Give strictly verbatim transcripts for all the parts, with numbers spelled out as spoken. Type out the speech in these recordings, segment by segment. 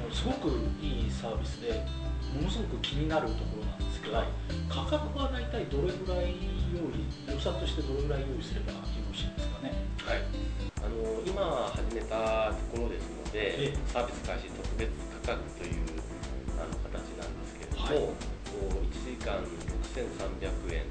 のすごくいいサービスでものすごく気になるところなんですけど、はい、価格は大体どれぐらい用意予算としてどれぐらい用意すればよろしいですかね。 はい、あの今始めたところですので、サービス開始特別価格というあの形なんですけれども、はい、いちじかんろくせんさんびゃくえん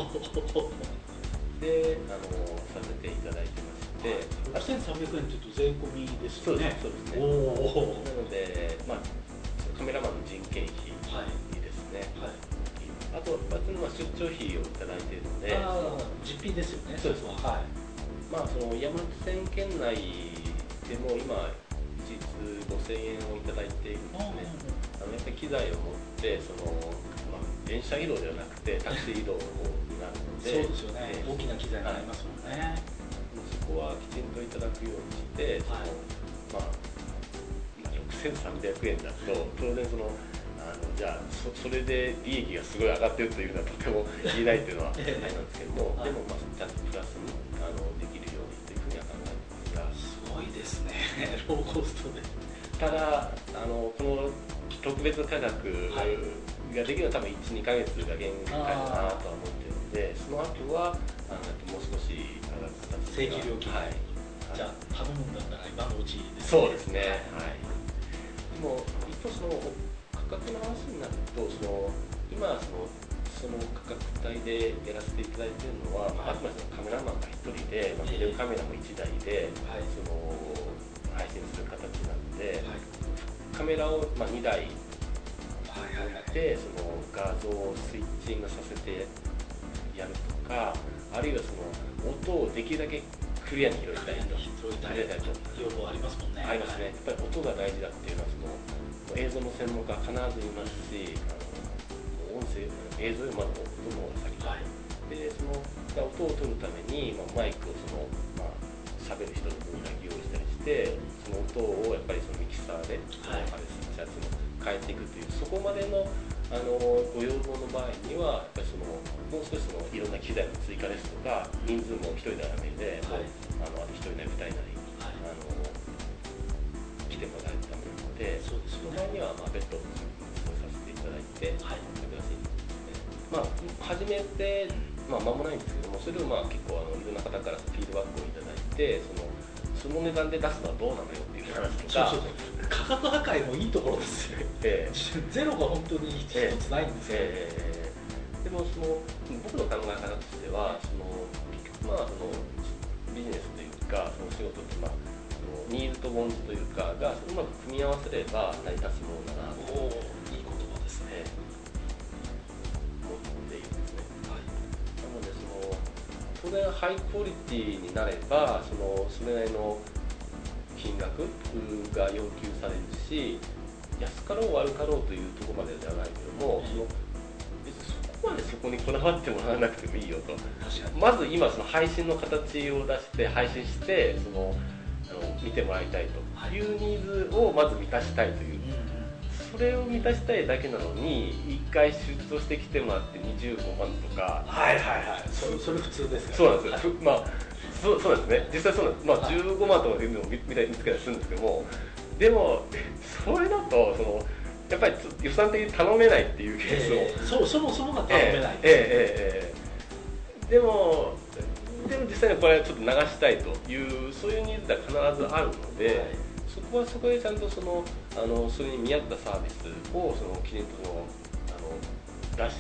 であのさせていただいてまして、 ろくせんさんびゃくえんというと税込みですよね。 そうですね。おなので、まあ、カメラマンの人件費ですね、はいはい、あとまあ出張費をいただいているので、 実費ですよね。 そうです。はい。まあその山手線圏内でも今一律ごせんえんをいただいているんですね。あのやっぱり機材を持ってその、まあ、電車移動ではなくてタクシー移動になるので、 そうですよね。大きな機材がありますもんね。 そこはきちんといただくようにして、その、はい、まあろくせんさんびゃくえんだと当然そのあのじゃあ そ, それで利益がすごい上がってるというのはとても言えないというのはあれなんですけども、でもまあちゃんとプラスにあのできるようにというふうには考えてますが、 すごいですね。ローコストで。 ただあのこの特別価格ができるのは多分いち、にかげつが限界かなとは思っているので、その後はあのもう少し上がる形正規料金、はい、じゃあ頼むんだったら今のうちですね。 そうですね。はい。でも一方その価格の話になると、その今そのその価格帯でやらせていただいているのは、はい、あくまでそのカメラマンがひとりで、まあ、ビデオカメラもいちだいで、はい、その配信する形なので、はい、カメラをまあにだい置いて、その画像をスイッチングさせてやるとか、あるいはその音をできるだけクリアに拾いたいと、 拾いたいと要望ありますもんね。 ありますね。やっぱり音が大事だっていうのはその映像の専門家は必ずいますし、あの音声映像よりまだ音の方が先だ、はい、でその音を取るために、まあ、マイクをそのまあ喋る人の分だけ用意したりして、その音をやっぱりそのミキサーで、はい、あれシャツも変えていくという、そこまでのあのご要望の場合にはやっぱりそのもう少しそのいろんな機材の追加ですとか、人数もひとりではダメで、はい、あのあとひとりなりふたりなり、はい、あの来てもらえるためなので、そうですね、その場合にはまあ別途させていただいて、はい、やってほしいんですね。まあ始めてまあ間もないんですけども、それをまあ結構あのいろんな方からフィードバックをいただいて、そのその値段で出すのはどうなのよっていう話とか、 そうそうそう、価格破壊もいいところですよ。えー、ゼロが本当に一つないんですよ、ね。えー、でもその僕の考え方としては、そのまあそのビジネスというかその仕事ってまあニーズとウォンズというかがうまく組み合わせれば成り立つものだなと。 おいい言葉ですね。 思っているんですね。はい、なのでその当然ハイクオリティになればそのそれなりの金額が要求されるし、安かろう悪かろうというところまでではないけども、その別にそこまでそこにこだわってもらわなくてもいいよと。まず今その配信の形を出して配信してそのあの見てもらいたいというニーズをまず満たしたいという、それを満たしたいだけなのにいっかい出張してきてもらってにじゅうごまんとか、 はいはいはい、それ、それ普通ですから、ね、そうなんですよ、はい、まあそうそうなんですね、実際そうなんです、まあ、じゅうごまんとかいうのを見たり見つけたりするんですけども、でもそれだとそのやっぱり予算的に頼めないっていうケースを、えー、そうそもそもが頼めない、 えーえーえー、でもでも実際にこれはちょっと流したいというそういうニーズが必ずあるので、はい、そこはそこでちゃんとそのあのそれに見合ったサービスをそのきちんとそのあの出して、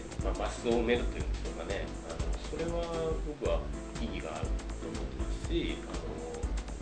まあ、マスを埋めるというんでしょうかね、あのそれは僕は意義があると思ってますし、あの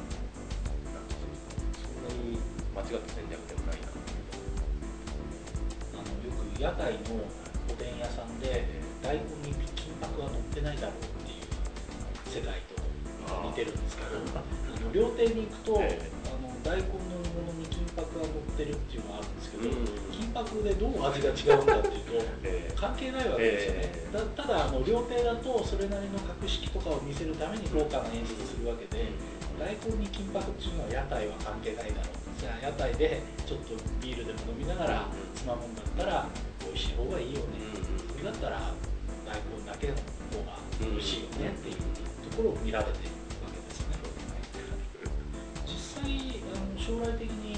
そんなに間違った戦略でもないなとあのよく屋台のおでん屋さんで大根に金箔は乗ってないだろうっていう世界と似てるんですけど、あの料亭に行くと、えー、あの大根の煮物に金箔が乗ってるっていうのがあるんですけど、うん、金箔でどう味が違うんだっていうと、えー、関係ないわけですよね、えー、だただあの料亭だとそれなりの格式とかを見せるために豪華な演出するわけで、大根に金箔っていうのは屋台は関係ないだろう、じゃあ屋台でちょっとビールでも飲みながらつまむんだったら美味しい方がいいよね、うん、それだったら大根だけの方が美味しいよねっていうところを見られているわけですね。実際あの将来的に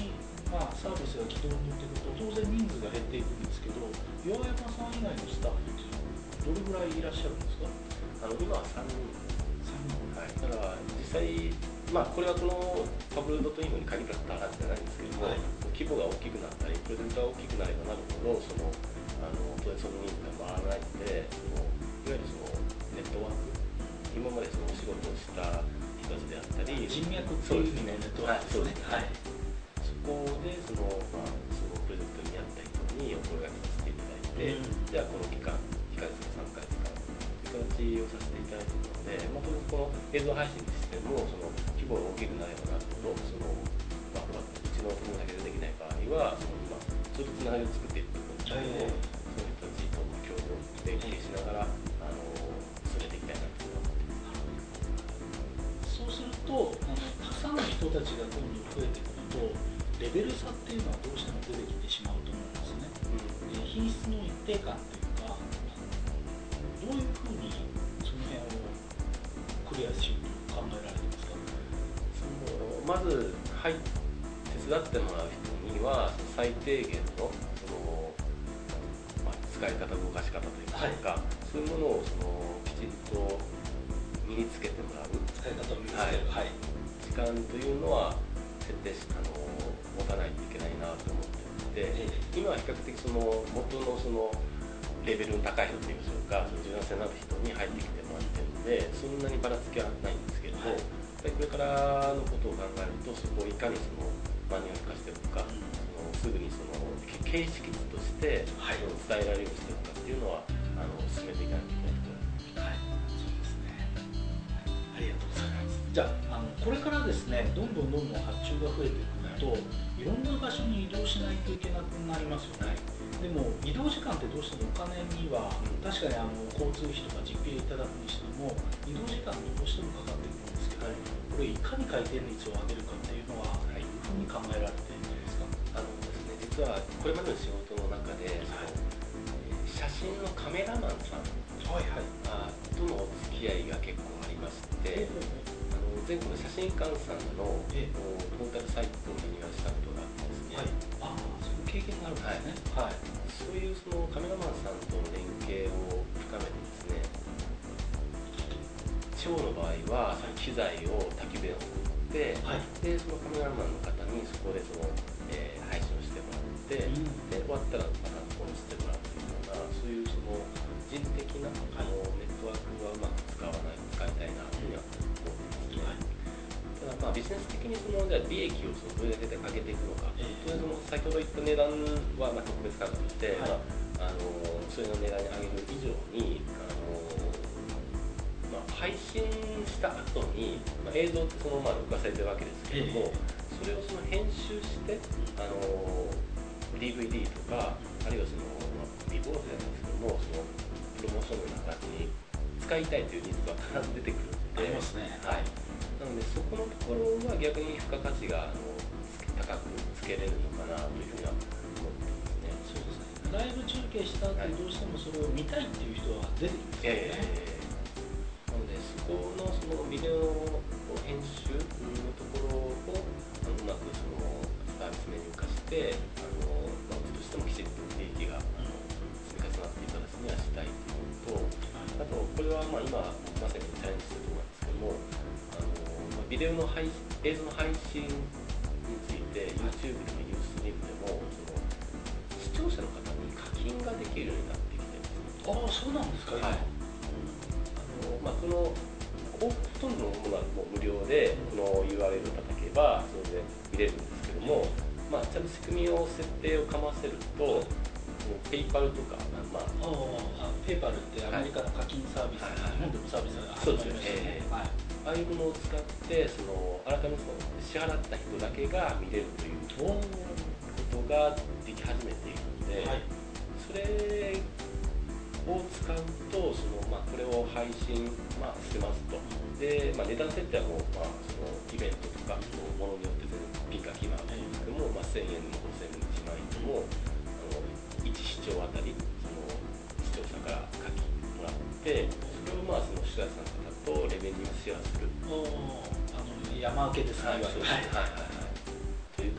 まあ、サービスが軌道に乗ってくると当然人数が減っていくんですけど、岩山さん以外のスタッフっていうのはどれぐらいいらっしゃるんですか？ あの今はさんにん。 さんにん。 はい、だから実際、まあ、これはこのパブルドットインフォに限った話じゃないんですけども、はい、規模が大きくなったりプロジェクトが大きくなればなるほどそのあの当然その人数が回らないので、そのいわゆるそのネットワーク、今までそのお仕事をした人たちであったり、 人脈っていう意味のネットワークですね。はい、 そこでその、まあ、そのプロジェクトにあった人にお声掛けさせていただいて、うん、じゃあこの期間にかげつかさんかげつかという形をさせていただいているので、まあ、当然この映像配信にしてもその規模が大きくなればなるほど、その、まあ、うちの友だけでできない場合はその、まあ、ずっとつながりを作っていくことを、えー、そういう人たちと共同連携しながら、あの進めていきたいなというのは思っています。 そうするとあのたくさんの人たちがどんどん増えてくるとレベル差っていうのはどうしても出てきてしまうと思うんですね。うん、で品質の一定感というか、どういうふうにその辺をクリアしようと考えられてますか？ そのまず、はい、手伝ってもらう人には最低限のその、まあ、使い方動かし方といいますか、はい、そういうものをそのきちんと身につけてもらう使い方を身につける、はい、 時間というのは徹底しあの持たないといけないなと思っていて、今は比較的その元のそのレベルの高い人といいましょうか、その柔軟性のある人に入ってきてもらってるので、そんなにばらつきはないんですけれども、はい、やっぱりこれからのことを考えると、そこをいかにそのマニュアル化しておくか、うん、そのすぐにその形式図として伝えられるようにしておくかっていうのは、あの進めていかないといけないところです。 はい、そうですね。はい、ありがとうございます。じゃあ、あのこれからですね、どんどんどんどん発注が増えてくると、はい、いろんな場所に移動しないといけなくなりますよね。はい、でも移動時間ってどうしてもお金には、うん、確かにあの交通費とか実費でいただくにしても移動時間にどうしてもかかってくるんですけど、はい、これいかに回転率を上げるかっていうのは、はい、どういうふうに考えられているんですか？ あのですね、実はこれまでの仕事の中で、はい、写真のカメラマンさんとのお付き合いが結構ありまして、あの全国の写真館さんの、ええ、トータルサイトをリニューアルしたことがあってですね、 はい、ああ、その経験があるんですね。はい、はい、 そういうそのカメラマンさんとの連携を深めてですね、地方の場合はその機材を宅急便を送って、はい、でそのカメラマンの方にそこでその、えー、配信をしてもらって、うん、で終わったらまたこうしてもらうというような、そういうその人的なあのネットワークはうまく使わない使いたいなというふうには思ってますね。はい、ただまあビジネス的にそのじゃあ利益をそのどれだけで上げていくのか、えー、とりあえずその先ほど言った値段はまあ特別価格として、はい、まあ、あのそれの値段に上げる以上にあの、まあ、配信した後に、まあ、映像ってそのまあ録画されてるわけですけども、えー、それをその編集してあの ディーブイディー とか、あるいはその、まあ、ビボードじゃないですけども、そのプロモーションのような感じに使いたいというニーズが必ず出てくるので、 ありますね。 はい、なのでそこのところは逆に付加価値があの高くつけれるのかなというふうには思ってますね。 そうですね。ライブ中継した後にどうしてもそれを見たいっていう人は出てきますよね。 えー、なのでそこのそのビデオ編集のところをあのうまくそのサービスメニュー化して、あのまあ、うちとしてもきちんと利益があの積み重なっていく形にはしたいというのと、あとこれはまあ今まさにチャレンジしてるところなんですけども、あの、まあ、ビデオの配映像の配信について YouTube でも Ustream でもその視聴者の方に課金ができるようになってきてるんですね。 ああ、そうなんですか。 はい、あのまあ、このほとんどのものはもう無料で、この ユーアールエル を叩けばそれで見れるんですけども、まあ、ちゃんと仕組みを設定をかませると、ペイパルとか、まあ、 ああ、ペイパルってアメリカの課金サービス、はい、日本でもサービスが始まりましたね。はい、 ああいうものを使ってその改めてその支払った人だけが見れるということができ始めているので、はい、それを使うとその、まあ、これを配信、まあ、してますと。で、まあ、値段設定はもう、まあ、そのイベントとかのものによって全然ピンが決まるんですけども、まあ、せんえんでもごせんえんでもいちまんえんでもあのいち視聴あたりその視聴者から書きもらって、それをまあその主催者の方とレベニューシェアする。 あの山分けですね。 はい、はいはいはい、という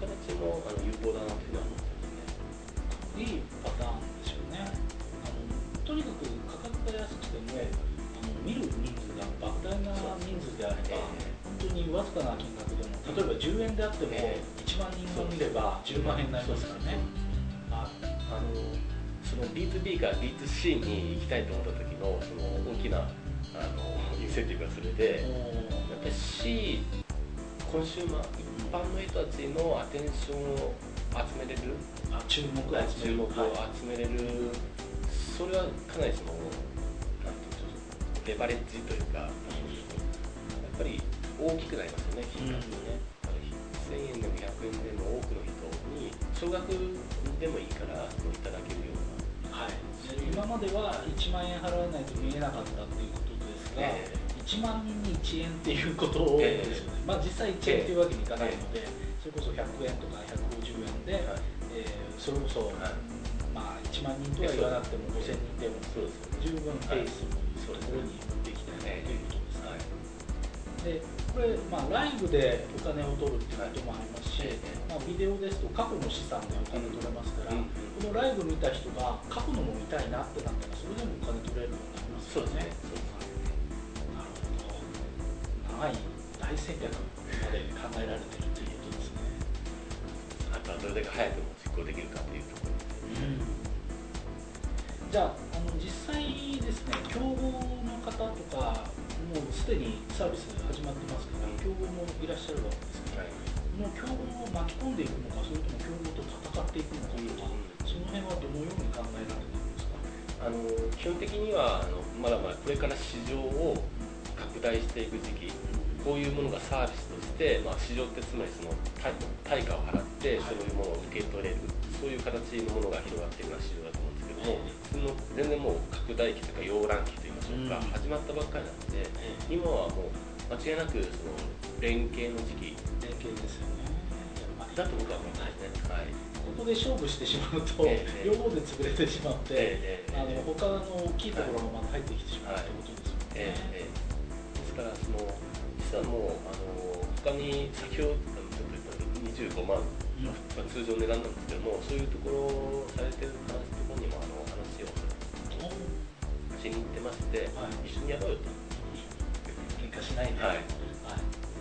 形もあの有効だなというふうには思ってますね。 いいパターンですよね。あのとにかく価格が安くても、あの見る人数が莫大な人数であれば、本当にわずかな金額でも、例えばじゅうえんであってもいちまんにんが見ればじゅうまんえんになりますからね。 ああのその ビーツービー から ビーツーシー に行きたいと思った時のその大きなあのインセンティブがそれで、やっぱり C コンシューマー一般の人たちのアテンションを集めれる、 あ注目を集める、 注目を集めれる、はい、それはかなりそのなんていうのレバレッジというか、やっぱり大きくなりますよね、金額がね。せんえんでもひゃくえんでも多くの人に少額でもいいからいただけるような、はい、 今まではいちまんえん払わないと見えなかったっていうことですが、えー、いちまんにんにいちえんっていうことですよね、えー、まあ実際いちえんっていうわけにいかないので、えー、それこそひゃくえんとかひゃくごじゅうえんで、はい、えー、それこそ、はい、まあいちまんにんとは言わなくてもごせんにんでも十分ペースのところに持っていきたいなということですね。でこれ、まあ、ライブでお金を取るっていうこともありますし、まあ、ビデオですと過去の資産でお金取れますから、うん、このライブ見た人が過去のも見たいなってなったらそれでもお金取れるようになりますよね。なるほど、長い大戦略まで考えられてるということですね。 あとはどれだけ早くも実行できるかというところですね。 うん、じゃあ、あの実際ですね、競合の方とかもうすでにサービス始まってますから、競合もいらっしゃるわけですけど、はい、この競合を巻き込んでいくのか、それとも競合と戦っていくのかとか、うん、その辺はどのように考えられているんですか？ あの基本的にはあのまだまだこれから市場を拡大していく時期、こういうものがサービスとして、まあ、市場ってつまりその対価を払ってそういうものを受け取れる、そういう形のものが広がっているような市場だと思うんですけども、その全然もう拡大期というか揚卵期といいましょうか、うん、始まったばっかりなので、今はもう間違いなくその連携の時期連携ですよね、 だと僕は思いますね。はい、 ここで勝負してしまうと、えー、両方で潰れてしまって、えー、あの他の大きいところがまた入ってきてしまうということですよね。 えーえー、ですからその実はもうあの他に先ほどちょっと言ったにじゅうごまん、うん、まあ、通常値段なんですけども、そういうところをされてる話ところにもあの話をしに行ってまして、はい、一緒にやろうよと。 喧嘩しないで、 はい、はい、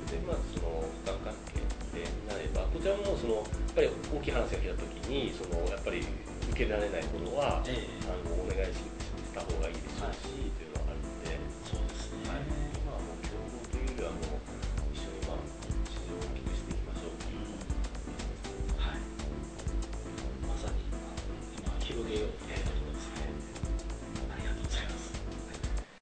でまあその負担関係でなれば、こちらもそのやっぱり大きい話が来た時にそのやっぱり受けられないものは、えー、あのお願いした方がいいでしょうし、はい、というのはあるので、 そうですね。はい、